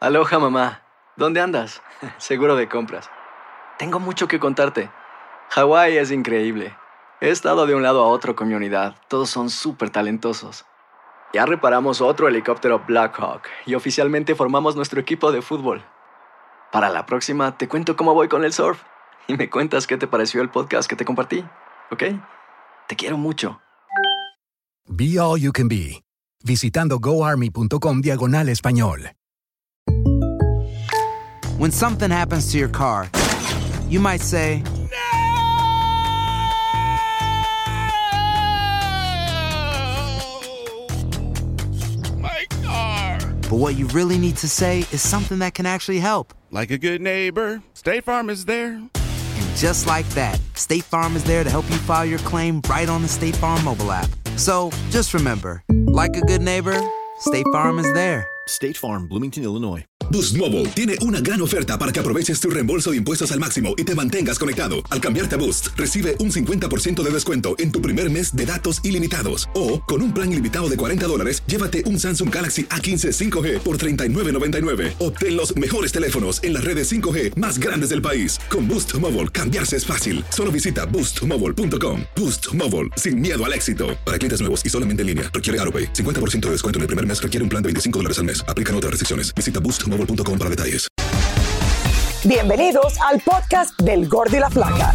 Aloha, mamá. ¿Dónde andas? Seguro de compras. Tengo mucho que contarte. Hawái es increíble. He estado de un lado a otro con mi unidad. Todos son súper talentosos. Ya reparamos otro helicóptero Blackhawk y oficialmente formamos nuestro equipo de fútbol. Para la próxima te cuento cómo voy con el surf y me cuentas qué te pareció el podcast que te compartí, ¿ok? Te quiero mucho. Be All You Can Be, visitando goarmy.com/español. When something happens to your car, you might say, but what you really need to say is something that can actually help. Like a good neighbor, State Farm is there. And just like that, State Farm is there to help you file your claim right on the State Farm mobile app. So just remember, like a good neighbor, State Farm is there. State Farm, Bloomington, Illinois. Boost Mobile tiene una gran oferta para que aproveches tu reembolso de impuestos al máximo y te mantengas conectado. Al cambiarte a Boost, recibe un 50% de descuento en tu primer mes de datos ilimitados. O, con un plan ilimitado de $40, llévate un Samsung Galaxy A15 5G por $39.99. Obtén los mejores teléfonos en las redes 5G más grandes del país. Con Boost Mobile, cambiarse es fácil. Solo visita boostmobile.com. Boost Mobile, sin miedo al éxito. Para clientes nuevos y solamente en línea, requiere AutoPay. 50% de descuento en el primer mes requiere un plan de $25 al mes. Aplican otras restricciones. Visita boostmobile.com para detalles. Bienvenidos al podcast del Gordo y la Flaca.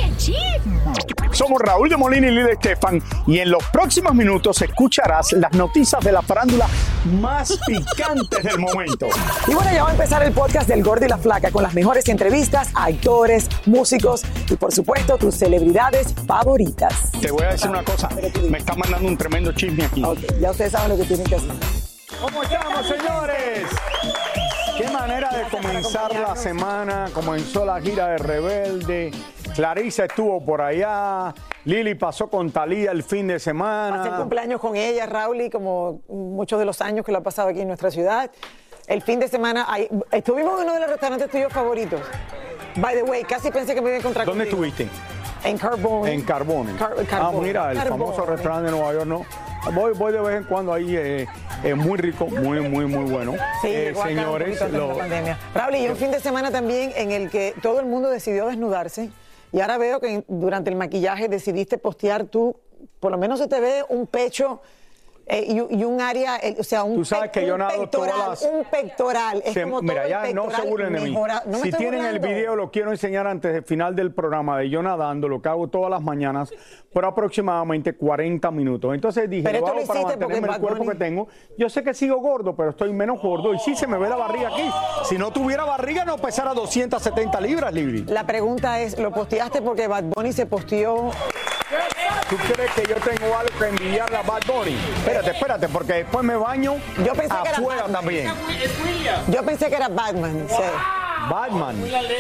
Somos Raúl de Molina y Lidia Estefan y en los próximos minutos escucharás las noticias de la farándula más picantes del momento. Y bueno, ya va a empezar el podcast del Gordo y la Flaca con las mejores entrevistas a actores, músicos y por supuesto tus celebridades favoritas. Te voy a decir una cosa, me está mandando un tremendo chisme aquí. Okay, ya ustedes saben lo que tienen que hacer. ¿Cómo estamos, señores? Qué manera de comenzar la semana. Comenzó la gira de Rebelde. Clarissa estuvo por allá. Lili pasó con Thalía el fin de semana. Pasé el cumpleaños con ella, Raúl, y como muchos de los años que lo ha pasado aquí en nuestra ciudad. El fin de semana, estuvimos en uno de los restaurantes tuyos favoritos. By the way, casi pensé que me iba a encontrar ¿Dónde contigo. estuviste? En Carbone. En Carbone. Mira, el famoso restaurante de Nueva York, ¿no? Voy de vez en cuando ahí, es muy rico, muy bueno. Sí, señores. Raúl, y un fin de semana también en el que todo el mundo decidió desnudarse. Y ahora veo que durante el maquillaje decidiste postear tú, por lo menos se te ve un pecho y un área, o sea, un Tú sabes que yo nado todas las... Un pectoral. Es como mira, todo ya el no se burlen de mí. No si tienen burlando. el video, lo quiero enseñar antes del final del programa de yo nadando, lo que hago todas las mañanas, por aproximadamente 40 minutos. Entonces dije, pero lo esto hago para mantenerme el cuerpo que tengo. Yo sé que sigo gordo, pero estoy menos gordo. Y sí se me ve la barriga aquí. Si no tuviera barriga, no pesara 270 libras, Libri. La pregunta es, ¿lo posteaste porque Bad Bunny se posteó? ¿Tú crees que yo tengo algo que envidiarle a Bad Bunny? Espérate, porque después me baño afuera también. Yo pensé que era Batman. Sí. Batman.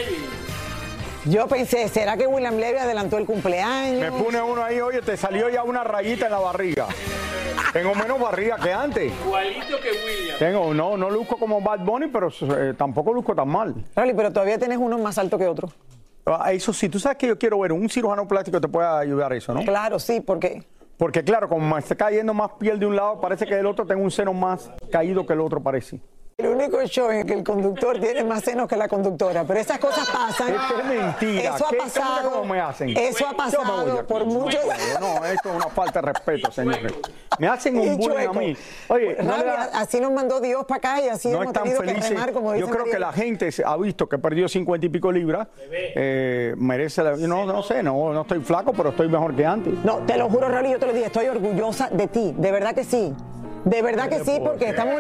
Yo pensé, ¿será que William Levy adelantó el cumpleaños? Me pone uno ahí, oye, te salió ya una rayita en la barriga. Tengo menos barriga que antes. Igualito que William. No luzco como Bad Bunny, pero tampoco luzco tan mal. Rolly, pero todavía tienes uno más alto que otro. Eso sí, tú sabes que yo quiero ver, un cirujano plástico te puede ayudar a eso, ¿no? Claro, sí, ¿por qué? Porque claro, como me está cayendo más piel de un lado, parece que del otro tengo un seno más caído que el otro, parece. El único show en que el conductor tiene más senos que la conductora, pero esas cosas pasan. Esto es mentira. Eso ha pasado. ¿Cómo me hacen? Eso ha pasado por muchos. No, esto es una falta de respeto, señores. Me hacen un bullying a mí. Oye, así nos mandó Dios para acá y así no hemos están tenido felices. que remar, como dice Yo creo que la gente ha visto que perdió 50 y pico libras. Merece no sé, no estoy flaco, pero estoy mejor que antes. No, te lo juro, Rolly, yo te lo dije, estoy orgullosa de ti, de verdad que sí. De verdad que sí, porque estamos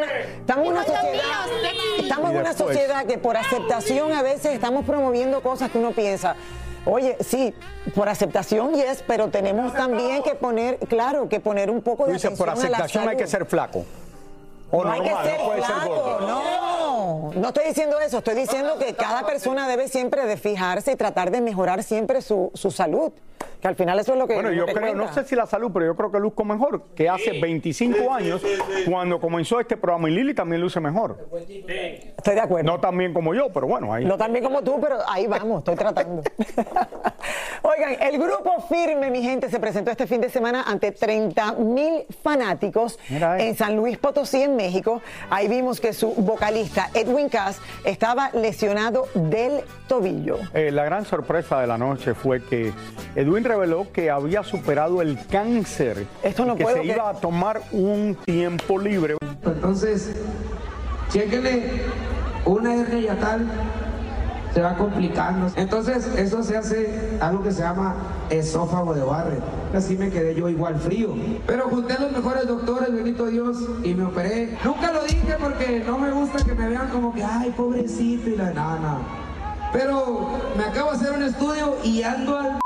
en una sociedad que por aceptación a veces estamos promoviendo cosas que uno piensa. Oye, sí, por aceptación, pero tenemos también que poner, un poco de atención por aceptación hay que ser flaco. No hay que ser flaco, no estoy diciendo eso, estoy diciendo que cada persona debe siempre de fijarse y tratar de mejorar siempre su salud. Que al final eso es lo que... Bueno, yo creo, no sé si la salud, pero yo creo que luzco mejor que hace 25 años cuando comenzó este programa. Y Lili también luce mejor. Estoy de acuerdo. No tan bien como yo, pero bueno, ahí. No tan bien como tú, pero ahí vamos, estoy tratando. Oigan, el grupo Firme, mi gente, se presentó este fin de semana ante 30,000 fanáticos en San Luis Potosí, en México. Ahí vimos que su vocalista, Edwin Cass, estaba lesionado del tobillo. La gran sorpresa de la noche fue que Edwin reveló que había superado el cáncer. Esto no que puedo se iba a tomar un tiempo libre. Entonces, chéquenle, una hernia yatal se va complicando. Entonces, eso se hace algo que se llama esófago de Barrett. Así me quedé yo igual frío. Pero junté a los mejores doctores, bendito Dios, y me operé. Nunca lo dije porque no me gusta que me vean como que, ay, pobrecito, y la nada. Pero me acabo de hacer un estudio y ando al...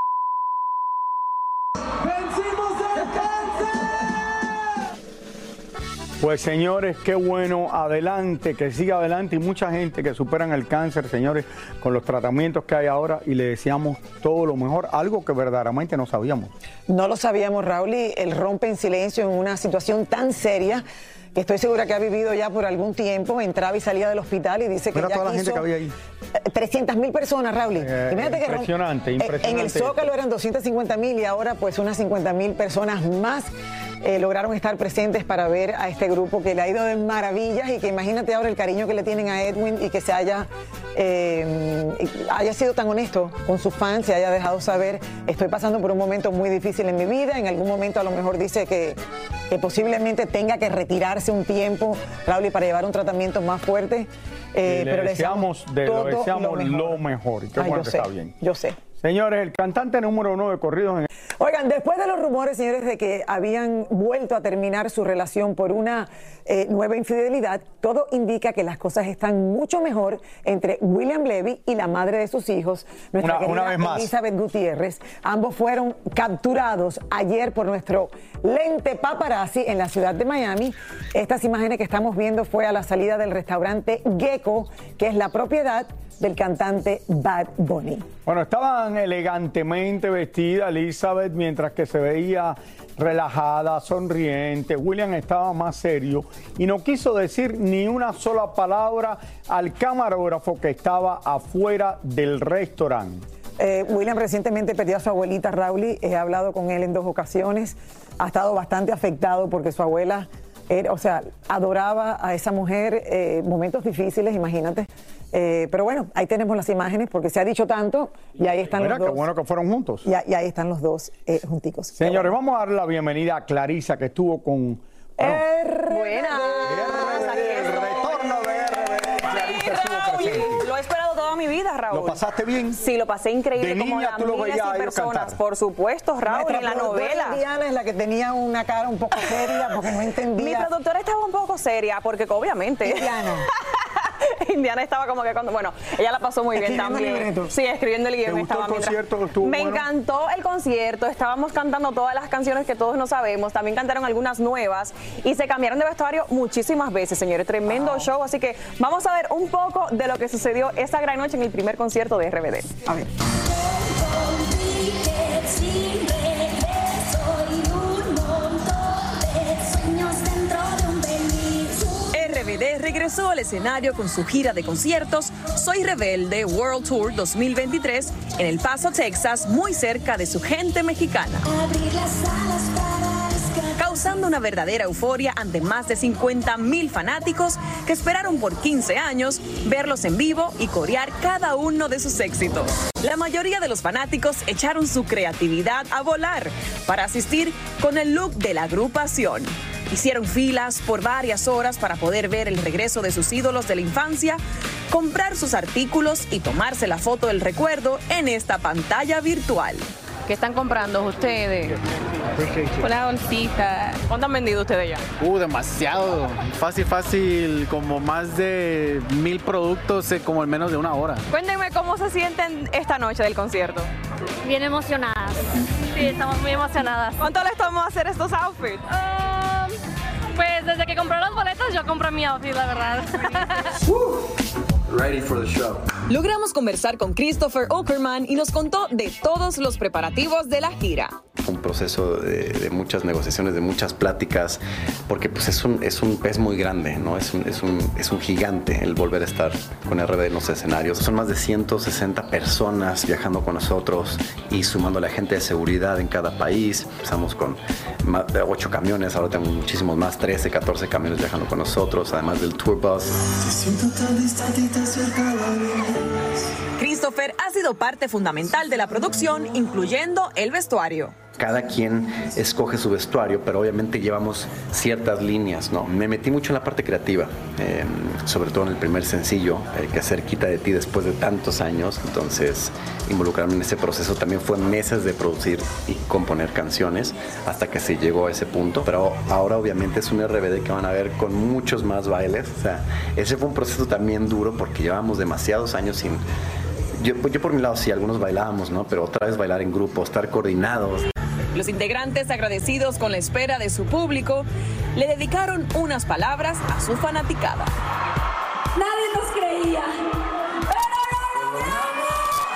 ¡Vencimos el cáncer! Pues señores, qué bueno, adelante, que siga adelante y mucha gente que superan el cáncer, señores, con los tratamientos que hay ahora y le deseamos todo lo mejor, algo que verdaderamente no sabíamos. No lo sabíamos, Raúl, y él rompe en silencio en una situación tan seria que estoy segura que ha vivido ya por algún tiempo, entraba y salía del hospital y dice que Mira ya toda la gente quiso que había ahí. 300,000 personas, Raúl. Imagínate impresionante, que impresionante. en el Zócalo eran 250,000 y ahora pues unas 50,000 personas más lograron estar presentes para ver a este grupo que le ha ido de maravillas y que imagínate ahora el cariño que le tienen a Edwin y que se haya sido tan honesto con sus fans y haya dejado saber, estoy pasando por un momento muy difícil en mi vida, en algún momento a lo mejor dice que posiblemente tenga que retirarse un tiempo, Raúl, para llevar un tratamiento más fuerte. Pero le deseamos lo mejor. Y qué bueno que está bien. Yo sé. Señores, el cantante número 1 de corridos en... Oigan, después de los rumores, señores, de que habían vuelto a terminar su relación por una nueva infidelidad, todo indica que las cosas están mucho mejor entre William Levy y la madre de sus hijos, nuestra querida vez más. Elizabeth Gutiérrez. Ambos fueron capturados ayer por nuestro lente paparazzi en la ciudad de Miami. Estas imágenes que estamos viendo fue a la salida del restaurante Gecko, que es la propiedad del cantante Bad Bunny. Bueno, estaban elegantemente vestida Elizabeth, mientras que se veía relajada, sonriente. William estaba más serio y no quiso decir ni una sola palabra al camarógrafo que estaba afuera del restaurante. William recientemente perdió a su abuelita, Raúl. He hablado con él en 2 ocasiones. Ha estado bastante afectado porque su abuela, adoraba a esa mujer. Momentos difíciles, imagínate. Pero bueno, ahí tenemos las imágenes porque se ha dicho tanto y ahí están los dos. Qué bueno que fueron juntos. Y ahí están los dos junticos. Señores, vamos a darle la bienvenida a Clarisa, que estuvo con... Buenas. El retorno de RBD. Clarisa estuvo presente. Lo he esperado toda mi vida, Raúl. ¿Lo pasaste bien? Sí, lo pasé increíble. De niña como tú lo miles veías a de ellos personas. cantar. Por supuesto, Raúl, en la novela. Diana es la que tenía una cara un poco seria porque no entendía. Mi productora estaba un poco seria porque obviamente... Indiana estaba como que bueno, ella la pasó muy bien también. Sí, escribiendo el guión. ¿Te gustó el concierto? Me encantó el concierto, estábamos cantando todas las canciones que todos no sabemos, también cantaron algunas nuevas y se cambiaron de vestuario muchísimas veces, señores. Tremendo show, así que vamos a ver un poco de lo que sucedió esa gran noche en el primer concierto de RBD. A ver. RBD regresó al escenario con su gira de conciertos Soy Rebelde World Tour 2023 en El Paso, Texas, muy cerca de su gente mexicana, causando una verdadera euforia ante más de 50,000 fanáticos que esperaron por 15 años verlos en vivo y corear cada uno de sus éxitos. La mayoría de los fanáticos echaron su creatividad a volar para asistir con el look de la agrupación. Hicieron filas por varias horas para poder ver el regreso de sus ídolos de la infancia, comprar sus artículos y tomarse la foto del recuerdo en esta pantalla virtual. ¿Qué están comprando ustedes? Una bolsita. ¿Cuánto han vendido ustedes ya? Demasiado. Fácil, como más de 1,000 productos como en menos de una hora. Cuéntenme cómo se sienten esta noche del concierto. Bien emocionadas. Sí, estamos muy emocionadas. ¿Cuánto les tomó hacer estos outfits? Pues desde que compré los boletos yo compré mi outfit, la verdad. ready for the show. Logramos conversar con Christopher Okerman y nos contó de todos los preparativos de la gira. Un proceso de muchas negociaciones, de muchas pláticas, porque pues es un pez muy grande, ¿no? Es un gigante el volver a estar con RBD en los escenarios. Son más de 160 personas viajando con nosotros y sumando a la gente de seguridad en cada país. Empezamos con más de 8 camiones, ahora tenemos muchísimos más, 13, 14 camiones viajando con nosotros, además del tour bus. Christopher ha sido parte fundamental de la producción, incluyendo el vestuario. Cada quien escoge su vestuario, pero obviamente llevamos ciertas líneas, ¿no? Me metí mucho en la parte creativa, sobre todo en el primer sencillo, que Cerquita de ti después de tantos años. Entonces, involucrarme en ese proceso también fue meses de producir y componer canciones hasta que se llegó a ese punto. Pero ahora obviamente es un RBD que van a ver con muchos más bailes. O sea, ese fue un proceso también duro porque llevábamos demasiados años sin... Yo por mi lado sí, algunos bailábamos, ¿no? Pero otra vez bailar en grupo, estar coordinados. Los integrantes, agradecidos con la espera de su público, le dedicaron unas palabras a su fanaticada. Nadie nos creía, pero lo logramos.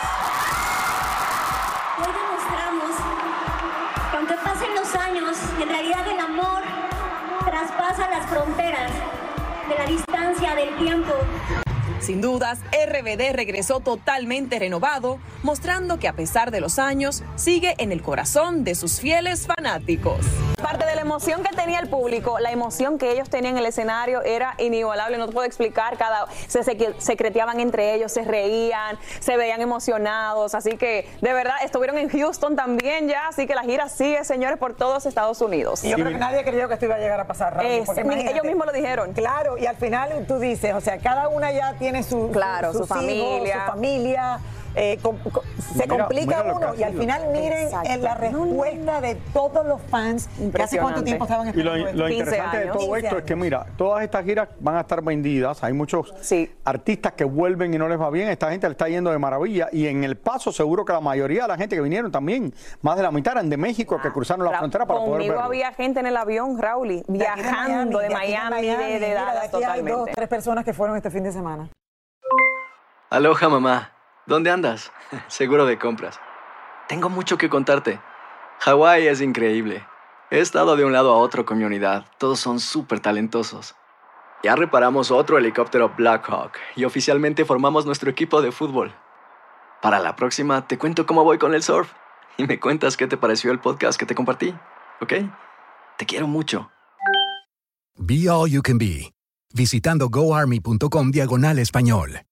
Hoy demostramos que aunque pasen los años, en realidad el amor traspasa las fronteras de la distancia, del tiempo. Sin dudas, RBD regresó totalmente renovado, mostrando que a pesar de los años, sigue en el corazón de sus fieles fanáticos. Parte de la emoción que tenía el público, la emoción que ellos tenían en el escenario era inigualable, no te puedo explicar, se secreteaban entre ellos, se reían, se veían emocionados, así que de verdad estuvieron en Houston también ya, así que la gira sigue, señores, por todos Estados Unidos. Y yo creo que nadie creyó que esto iba a llegar a pasar, Raúl, ellos mismos lo dijeron. Claro, y al final tú dices, o sea, cada una ya tiene su familia. Se complica uno y al final miren la respuesta de todos los fans que hace cuánto tiempo estaban esperando. Y lo interesante de todo esto es que mira, todas estas giras van a estar vendidas, hay muchos artistas que vuelven y no les va bien, esta gente le está yendo de maravilla y en El Paso seguro que la mayoría de la gente que vinieron también, más de la mitad eran de México que cruzaron la frontera para poder verlo. Conmigo había gente en el avión, Raúl, viajando de Miami, de Dallas totalmente. Hay 2 o 3 personas que fueron este fin de semana. Aloha, mamá. ¿Dónde andas? Seguro de compras. Tengo mucho que contarte. Hawái es increíble. He estado de un lado a otro con mi unidad. Todos son súper talentosos. Ya reparamos otro helicóptero Blackhawk y oficialmente formamos nuestro equipo de fútbol. Para la próxima te cuento cómo voy con el surf y me cuentas qué te pareció el podcast que te compartí, ¿ok? Te quiero mucho. Be All You Can Be, visitando goarmy.com/español.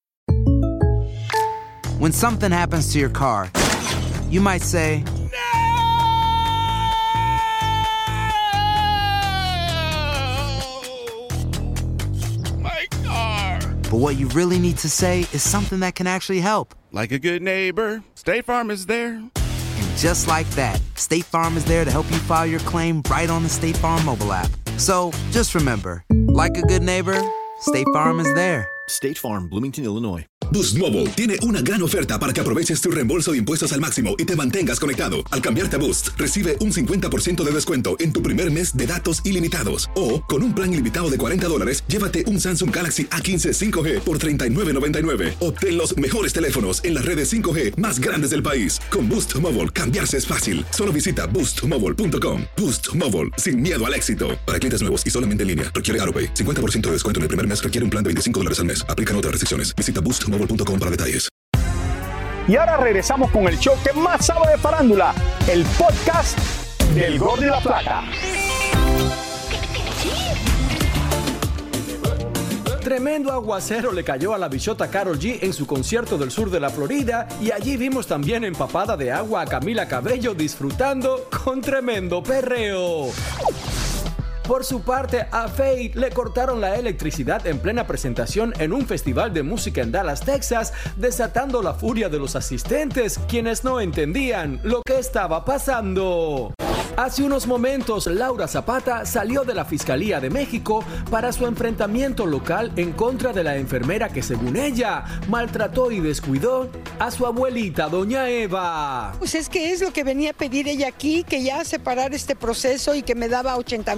When something happens to your car, you might say, My car. but what you really need to say is something that can actually help. Like a good neighbor, State Farm is there. And just like that, State Farm is there to help you file your claim right on the State Farm mobile app. So just remember, like a good neighbor, State Farm is there. State Farm, Bloomington, Illinois. Boost Mobile tiene una gran oferta para que aproveches tu reembolso de impuestos al máximo y te mantengas conectado. Al cambiarte a Boost, recibe un 50% de descuento en tu primer mes de datos ilimitados. O, con un plan ilimitado de $40, llévate un Samsung Galaxy A15 5G por $39.99. Obtén los mejores teléfonos en las redes 5G más grandes del país. Con Boost Mobile, cambiarse es fácil. Solo visita boostmobile.com. Boost Mobile, sin miedo al éxito. Para clientes nuevos y solamente en línea, requiere AutoPay. 50% de descuento en el primer mes requiere un plan de $25 al mes. Aplican otras restricciones. Visita boostmobile.com para detalles. Y ahora regresamos con el show que más sabe de farándula, el podcast del Gordo y la Flaca. Tremendo aguacero le cayó a la bichota Karol G en su concierto del sur de la Florida y allí vimos también empapada de agua a Camila Cabello disfrutando con tremendo perreo. Por su parte, a Faith le cortaron la electricidad en plena presentación en un festival de música en Dallas, Texas, desatando la furia de los asistentes, quienes no entendían lo que estaba pasando. Hace unos momentos, Laura Zapata salió de la Fiscalía de México para su enfrentamiento local en contra de la enfermera que, según ella, maltrató y descuidó a su abuelita, doña Eva. Pues es que es lo que venía a pedir ella aquí, que ya separara este proceso y que me daba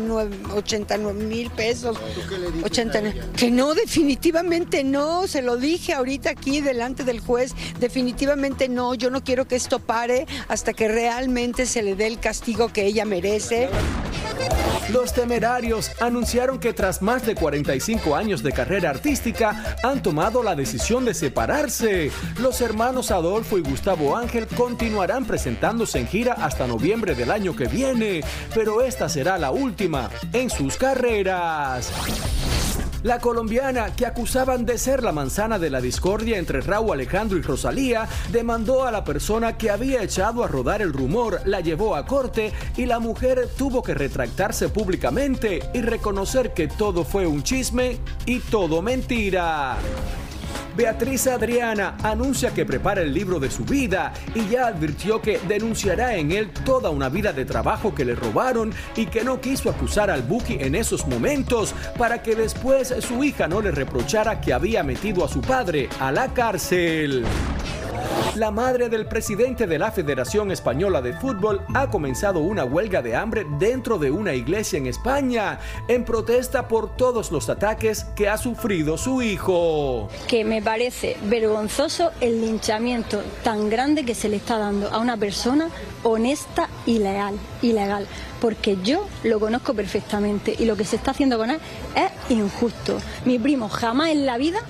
89,000 pesos. ¿Tú qué le dices? 89. Que no, definitivamente no, se lo dije ahorita aquí delante del juez, definitivamente no, yo no quiero que esto pare hasta que realmente se le dé el castigo que ella merece. Los Temerarios anunciaron que tras más de 45 años de carrera artística han tomado la decisión de separarse. Los hermanos Adolfo y Gustavo Ángel continuarán presentándose en gira hasta noviembre del año que viene, pero esta será la última en sus carreras. La colombiana, que acusaban de ser la manzana de la discordia entre Rauw Alejandro y Rosalía, demandó a la persona que había echado a rodar el rumor, la llevó a corte y la mujer tuvo que retractarse públicamente y reconocer que todo fue un chisme y todo mentira. Beatriz Adriana anuncia que prepara el libro de su vida y ya advirtió que denunciará en él toda una vida de trabajo que le robaron y que no quiso acusar al Buki en esos momentos para que después su hija no le reprochara que había metido a su padre a la cárcel. La madre del presidente de la Federación Española de Fútbol ha comenzado una huelga de hambre dentro de una iglesia en España, en protesta por todos los ataques que ha sufrido su hijo. Que me parece vergonzoso el linchamiento tan grande que se le está dando a una persona honesta y ilegal, porque yo lo conozco perfectamente y lo que se está haciendo con él es injusto. Mi primo jamás en la vida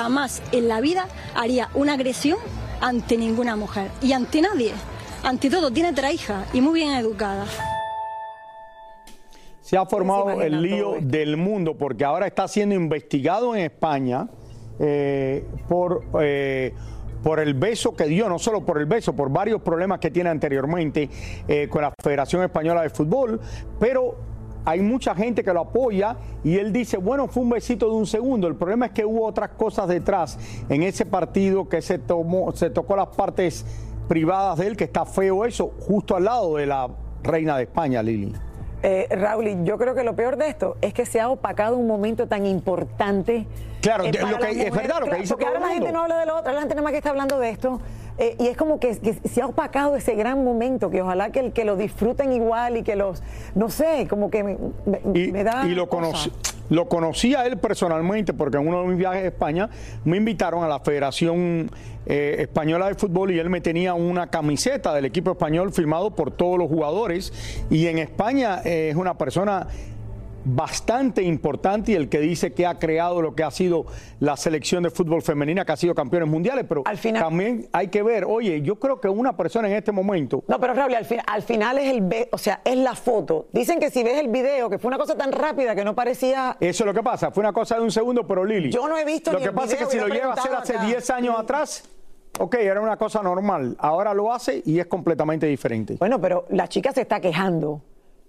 haría una agresión ante ninguna mujer y ante nadie, ante todo. Tiene 3 hijas y muy bien educadas. Se ha formado el lío del mundo porque ahora está siendo investigado en España por el beso que dio, no solo por el beso, por varios problemas que tiene anteriormente con la Federación Española de Fútbol, pero hay mucha gente que lo apoya y él dice, bueno, fue un besito de un segundo. El problema es que hubo otras cosas detrás en ese partido que se tocó las partes privadas de él, que está feo eso, justo al lado de la reina de España, Lili. Raúl, yo creo que lo peor de esto es que se ha opacado un momento tan importante. Claro, es verdad lo que dice porque todo ahora la gente no habla de lo otro, la gente nada más que está hablando de esto. Y es como que se ha opacado ese gran momento, que ojalá que lo disfruten igual y que los, no sé, como que me da... Y lo conocí a él personalmente porque en uno de mis viajes a España me invitaron a la Federación Española de Fútbol y él me tenía una camiseta del equipo español firmado por todos los jugadores, y en España es una persona bastante importante y el que dice que ha creado lo que ha sido la selección de fútbol femenina, que ha sido campeones mundiales, pero también hay que ver, oye, yo creo que una persona en este momento... No, pero Raúl, al final es es la foto. Dicen que si ves el video, que fue una cosa tan rápida que no parecía... Eso es lo que pasa, fue una cosa de un segundo, pero Lili... Yo no he visto lo que pasa es que si lo lleva a hacer hace 10 años atrás... Ok, era una cosa normal, ahora lo hace y es completamente diferente. Bueno, pero la chica se está quejando.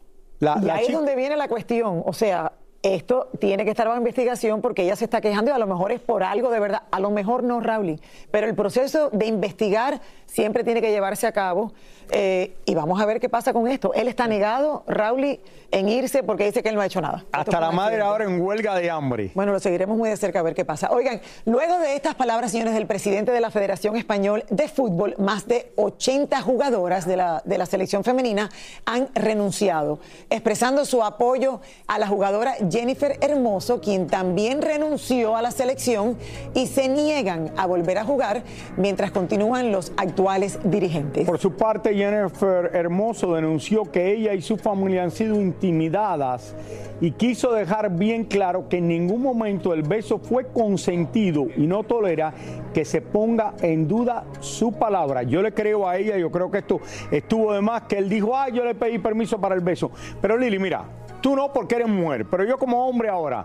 Y ahí es donde viene la cuestión. O sea, esto tiene que estar bajo investigación porque ella se está quejando y a lo mejor es por algo de verdad. A lo mejor no, Raúl. Pero el proceso de investigar siempre tiene que llevarse a cabo. Y vamos a ver qué pasa con esto. Él está negado, Raúl, en irse porque dice que él no ha hecho nada. Hasta la madre ahora en huelga de hambre. Bueno, lo seguiremos muy de cerca a ver qué pasa. Oigan, luego de estas palabras, señores, del presidente de la Federación Española de Fútbol, más de 80 jugadoras de la selección femenina han renunciado, expresando su apoyo a la jugadora Jennifer Hermoso, quien también renunció a la selección, y se niegan a volver a jugar mientras continúan los actuales dirigentes. Por su parte, Jennifer Hermoso denunció que ella y su familia han sido intimidadas y quiso dejar bien claro que en ningún momento el beso fue consentido y no tolera que se ponga en duda su palabra. Yo le creo a ella, yo creo que esto estuvo de más, que él dijo, yo le pedí permiso para el beso. Pero Lili, mira, tú no porque eres mujer, pero yo como hombre ahora,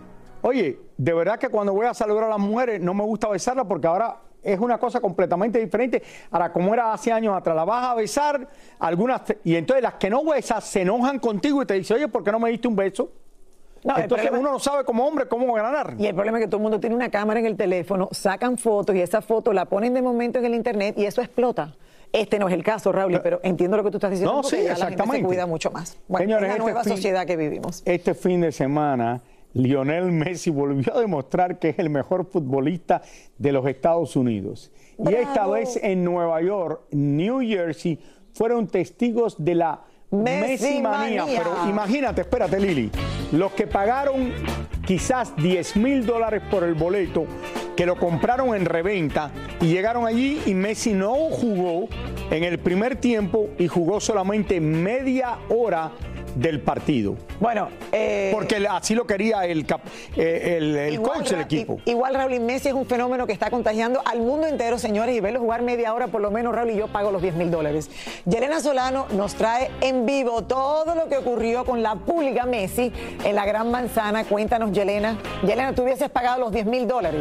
oye, de verdad que cuando voy a saludar a las mujeres no me gusta besarlas porque ahora es una cosa completamente diferente. Ahora, como era hace años atrás, la vas a besar, algunas, y entonces las que no besas se enojan contigo y te dicen, oye, ¿por qué no me diste un beso? No, entonces uno no sabe como hombre cómo ganar. Y el problema es que todo el mundo tiene una cámara en el teléfono, sacan fotos y esa foto la ponen de momento en el internet y eso explota. Este no es el caso, Raúl, pero entiendo lo que tú estás diciendo, No, porque sí, ya la gente se cuida mucho más. Bueno, Señores, es la nueva sociedad que vivimos. Este fin de semana, Lionel Messi volvió a demostrar que es el mejor futbolista de los Estados Unidos. ¡Bravo! Y esta vez en Nueva York, New Jersey, fueron testigos de la Messi manía. Pero imagínate, espérate, Lili, los que pagaron quizás $10,000 por el boleto, que lo compraron en reventa y llegaron allí y Messi no jugó en el primer tiempo y jugó solamente media hora del partido. Bueno, porque así lo quería el coach del equipo. Igual Raúl, y Messi es un fenómeno que está contagiando al mundo entero, señores, y verlo jugar media hora por lo menos, Raúl, y yo pago los $10,000. Yelena Solano nos trae en vivo todo lo que ocurrió con la pulga Messi en la Gran Manzana. Cuéntanos, Yelena. Yelena, ¿tú hubieses pagado los $10,000?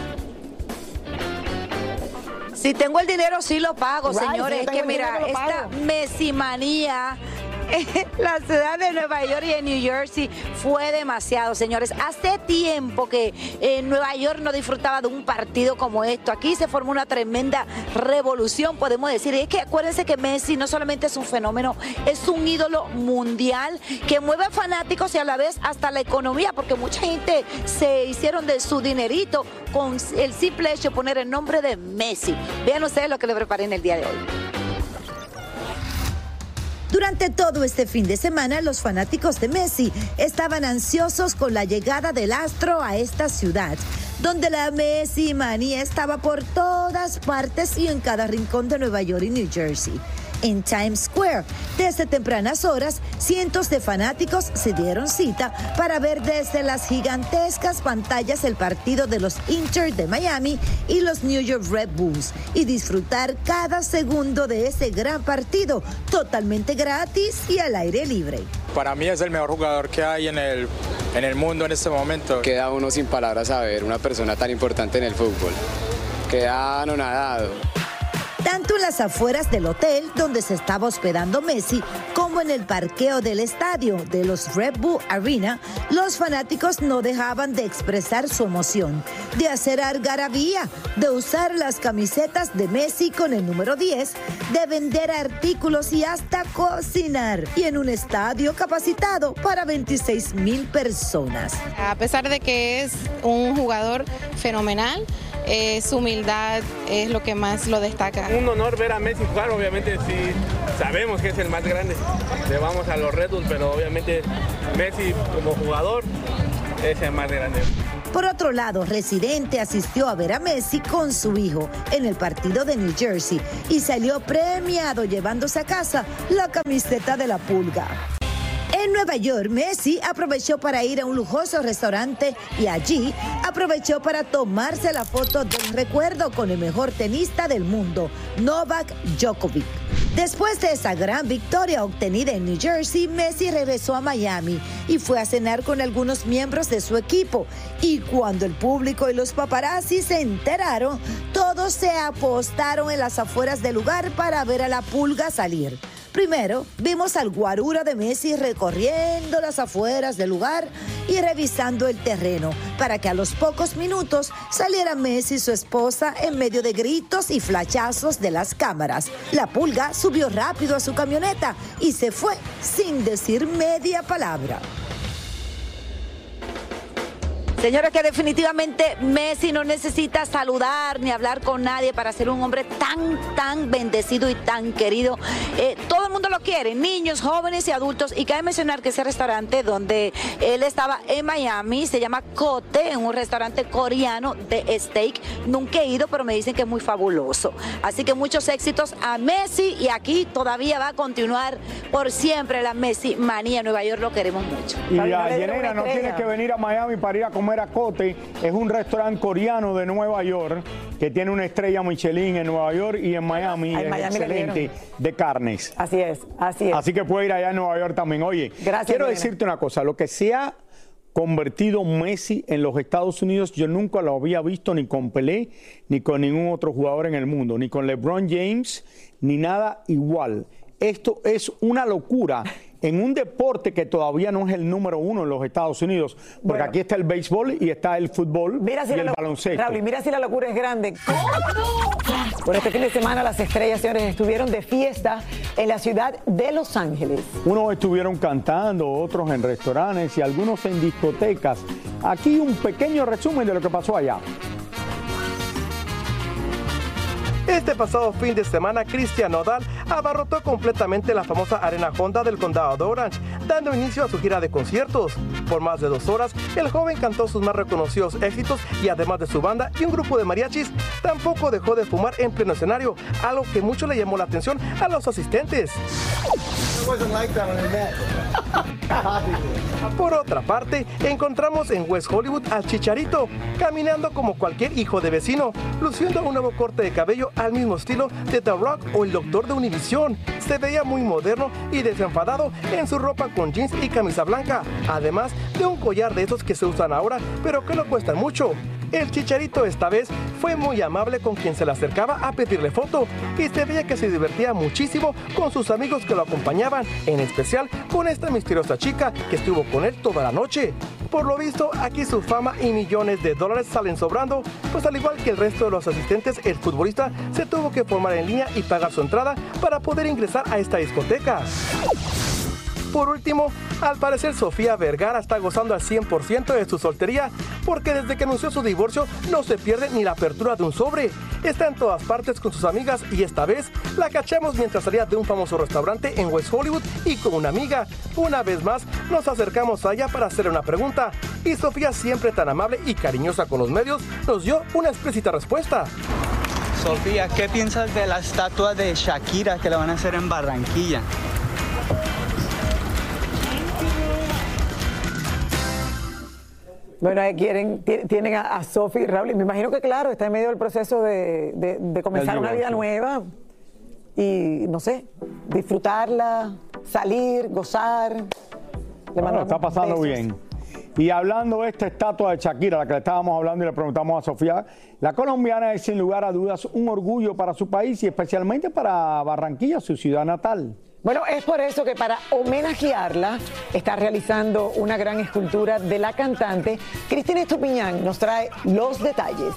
Si tengo el dinero, sí lo pago, Right, señores. si yo Es que mira, esta Messi manía en la ciudad de Nueva York y en New Jersey fue demasiado, señores. Hace tiempo que Nueva York no disfrutaba de un partido como esto. Aquí se formó una tremenda revolución, podemos decir. Y es que acuérdense que Messi no solamente es un fenómeno, es un ídolo mundial que mueve a fanáticos y a la vez hasta la economía, porque mucha gente se hicieron de su dinerito con el simple hecho de poner el nombre de Messi. Vean ustedes lo que le preparé en el día de hoy. Durante todo este fin de semana, los fanáticos de Messi estaban ansiosos con la llegada del astro a esta ciudad, donde la Messi manía estaba por todas partes y en cada rincón de Nueva York y New Jersey. En Times Square, desde tempranas horas, cientos de fanáticos se dieron cita para ver desde las gigantescas pantallas el partido de los Inter de Miami y los New York Red Bulls y disfrutar cada segundo de ese gran partido totalmente gratis y al aire libre. Para mí es el mejor jugador que hay en el mundo en este momento. Queda uno sin palabras a ver una persona tan importante en el fútbol. Queda anonadado. Tanto en las afueras del hotel donde se estaba hospedando Messi como en el parqueo del estadio de los Red Bull Arena, los fanáticos no dejaban de expresar su emoción, de hacer algarabía, de usar las camisetas de Messi con el número 10, de vender artículos y hasta cocinar, y en un estadio capacitado para 26,000 personas. A pesar de que es un jugador fenomenal, su humildad es lo que más lo destaca. Un honor ver a Messi jugar, obviamente sí sabemos que es el más grande, le vamos a los Red Bulls, pero obviamente Messi como jugador es el más grande. Por otro lado, Residente asistió a ver a Messi con su hijo en el partido de New Jersey y salió premiado llevándose a casa la camiseta de la pulga. En Nueva York, Messi aprovechó para ir a un lujoso restaurante y allí aprovechó para tomarse la foto del recuerdo con el mejor tenista del mundo, Novak Djokovic. Después de esa gran victoria obtenida en New Jersey, Messi regresó a Miami y fue a cenar con algunos miembros de su equipo. Y cuando el público y los paparazzi se enteraron, todos se apostaron en las afueras del lugar para ver a la pulga salir. Primero, vimos al guarura de Messi recorriendo las afueras del lugar y revisando el terreno, para que a los pocos minutos saliera Messi y su esposa en medio de gritos y flashazos de las cámaras. La pulga subió rápido a su camioneta y se fue sin decir media palabra. Señores, que definitivamente Messi no necesita saludar ni hablar con nadie para ser un hombre tan bendecido y tan querido. Todo el mundo lo quiere, niños, jóvenes y adultos. Y cabe mencionar que ese restaurante donde él estaba en Miami se llama Cote, un restaurante coreano de steak. Nunca he ido, pero me dicen que es muy fabuloso. Así que muchos éxitos a Messi y aquí todavía va a continuar por siempre la Messi manía. En Nueva York lo queremos mucho. Y a Yelena no tiene que venir a Miami para ir a comer a Cote. Es un restaurante coreano de Nueva York que tiene una estrella Michelin en Nueva York y en Miami. Es Miami excelente de carnes. Así es. Así que puede ir allá en Nueva York también. Oye, quiero decirte una cosa, lo que se ha convertido Messi en los Estados Unidos, yo nunca lo había visto ni con Pelé, ni con ningún otro jugador en el mundo, ni con LeBron James, ni nada igual. Esto es una locura. en un deporte que todavía no es el número 1 en los Estados Unidos, porque aquí está el béisbol y está el fútbol y el baloncesto. Raúl, mira si la locura es grande. Por este fin de semana las estrellas, señores, estuvieron de fiesta en la ciudad de Los Ángeles. Unos estuvieron cantando, otros en restaurantes y algunos en discotecas. Aquí un pequeño resumen de lo que pasó allá. Este pasado fin de semana, Cristian Nodal abarrotó completamente la famosa Arena Honda del condado de Orange, dando inicio a su gira de conciertos. Por más de 2 horas, el joven cantó sus más reconocidos éxitos y además de su banda y un grupo de mariachis, tampoco dejó de fumar en pleno escenario, algo que mucho le llamó la atención a los asistentes. Por otra parte, encontramos en West Hollywood al Chicharito, caminando como cualquier hijo de vecino, luciendo un nuevo corte de cabello al mismo estilo de The Rock o el Doctor de Univisión. Se veía muy moderno y desenfadado en su ropa con jeans y camisa blanca, además de un collar de esos que se usan ahora, pero que no cuestan mucho. El Chicharito esta vez fue muy amable con quien se le acercaba a pedirle foto y se veía que se divertía muchísimo con sus amigos que lo acompañaban, en especial con esta misteriosa chica que estuvo con él toda la noche. Por lo visto, aquí su fama y millones de dólares salen sobrando, pues al igual que el resto de los asistentes, el futbolista se tuvo que formar en línea y pagar su entrada para poder ingresar a esta discoteca. Por último, al parecer Sofía Vergara está gozando al 100% de su soltería, porque desde que anunció su divorcio no se pierde ni la apertura de un sobre. Está en todas partes con sus amigas y esta vez la cachamos mientras salía de un famoso restaurante en West Hollywood y con una amiga. Una vez más nos acercamos a ella para hacerle una pregunta y Sofía, siempre tan amable y cariñosa con los medios, nos dio una explícita respuesta. Sofía, ¿qué piensas de la estatua de Shakira que la van a hacer en Barranquilla? Bueno, ahí tienen a Sofi y Raúl. Y me imagino que, claro, está en medio del proceso de comenzar una vida nueva y, no sé, disfrutarla, salir, gozar. Bueno, está pasando bien. Y hablando de esta estatua de Shakira, la que le estábamos hablando y le preguntamos a Sofía, la colombiana es sin lugar a dudas un orgullo para su país y especialmente para Barranquilla, su ciudad natal. Bueno, es por eso que para homenajearla está realizando una gran escultura de la cantante. Cristina Estupiñán nos trae los detalles.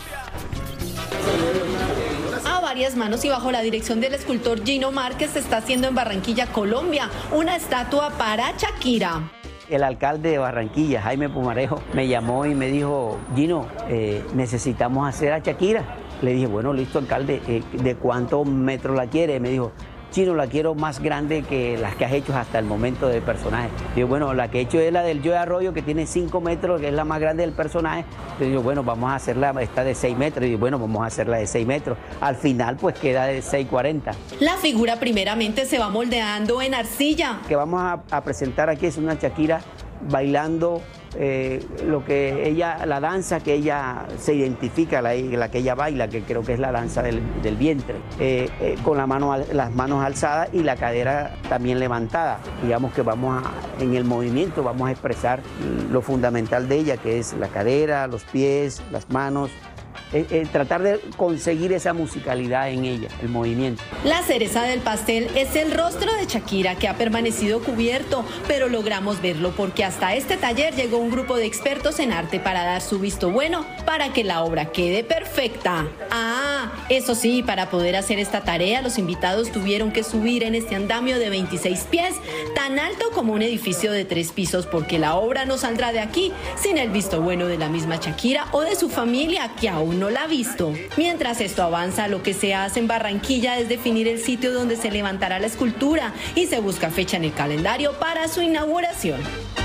A varias manos y bajo la dirección del escultor Gino Márquez se está haciendo en Barranquilla, Colombia, una estatua para Shakira. El alcalde de Barranquilla, Jaime Pumarejo, me llamó y me dijo, Gino, necesitamos hacer a Shakira. Le dije, bueno, listo, alcalde, ¿de cuántos metros la quiere? Me dijo, Chino, la quiero más grande que las que has hecho hasta el momento del personaje. Digo, bueno, la que he hecho es la del Joe Arroyo, que tiene 5 metros, que es la más grande del personaje. Entonces digo, bueno, vamos a hacerla, esta de 6 metros. Y digo, bueno, vamos a hacerla de 6 metros. Al final, pues queda de 6,40. La figura primeramente se va moldeando en arcilla. Que vamos a presentar aquí es una Shakira bailando lo que ella, la danza que ella se identifica, la que ella baila, que creo que es la danza del vientre, con las manos alzadas y la cadera también levantada. Digamos que en el movimiento vamos a expresar lo fundamental de ella, que es la cadera, los pies, las manos. Tratar de conseguir esa musicalidad en ella, el movimiento. La cereza del pastel es el rostro de Shakira, que ha permanecido cubierto, pero logramos verlo porque hasta este taller llegó un grupo de expertos en arte para dar su visto bueno para que la obra quede perfecta. Eso sí, para poder hacer esta tarea, los invitados tuvieron que subir en este andamio de 26 pies, tan alto como un edificio de 3 pisos, porque la obra no saldrá de aquí sin el visto bueno de la misma Shakira o de su familia, que aún no la ha visto. Mientras esto avanza, lo que se hace en Barranquilla es definir el sitio donde se levantará la escultura y se busca fecha en el calendario para su inauguración.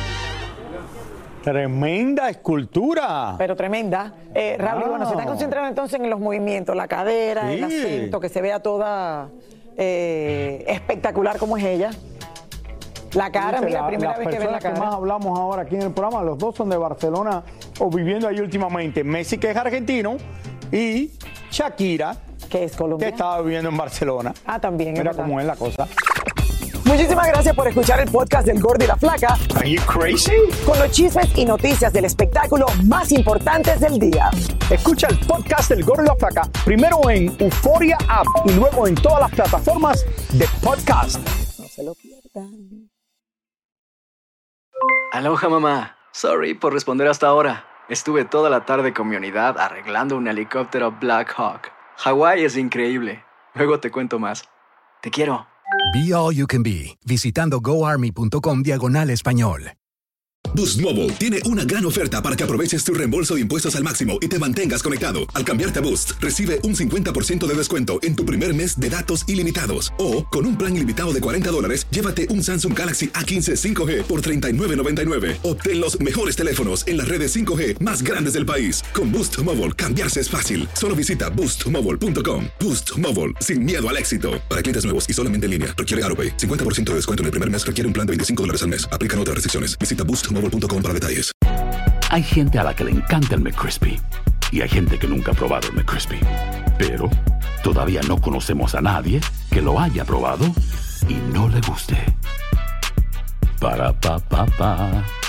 Tremenda escultura. Pero tremenda. Raúl, bueno, se está concentrando entonces en los movimientos, la cadera, sí, el acento, que se vea toda espectacular como es ella. La cara, mira, primera vez que ven la cara. Las personas que más hablamos ahora aquí en el programa, los dos son de Barcelona o viviendo ahí últimamente. Messi, que es argentino, y Shakira, que es colombiana, que estaba viviendo en Barcelona. También. Mira cómo es la cosa. Muchísimas gracias por escuchar el podcast del Gordo y la Flaca. Are you crazy? Con los chismes y noticias del espectáculo más importantes del día. Escucha el podcast del Gordo y la Flaca primero en Euphoria App y luego en todas las plataformas de podcast. No se lo pierdan. Aloha, mamá. Sorry por responder hasta ahora. Estuve toda la tarde con mi unidad arreglando un helicóptero Black Hawk. Hawái es increíble. Luego te cuento más. Te quiero. Be All You Can Be, visitando goarmy.com/español. Boost Mobile tiene una gran oferta para que aproveches tu reembolso de impuestos al máximo y te mantengas conectado. Al cambiarte a Boost, recibe un 50% de descuento en tu primer mes de datos ilimitados. O, con un plan ilimitado de $40, llévate un Samsung Galaxy A15 5G por $39.99. Obtén los mejores teléfonos en las redes 5G más grandes del país. Con Boost Mobile, cambiarse es fácil. Solo visita boostmobile.com. Boost Mobile, sin miedo al éxito. Para clientes nuevos y solamente en línea, requiere AutoPay. 50% de descuento en el primer mes requiere un plan de $25 al mes. Aplican otras restricciones. Visita boostmobile.com para detalles. Hay gente a la que le encanta el McCrispy y hay gente que nunca ha probado el McCrispy. Pero todavía no conocemos a nadie que lo haya probado y no le guste. Para pa pa pa.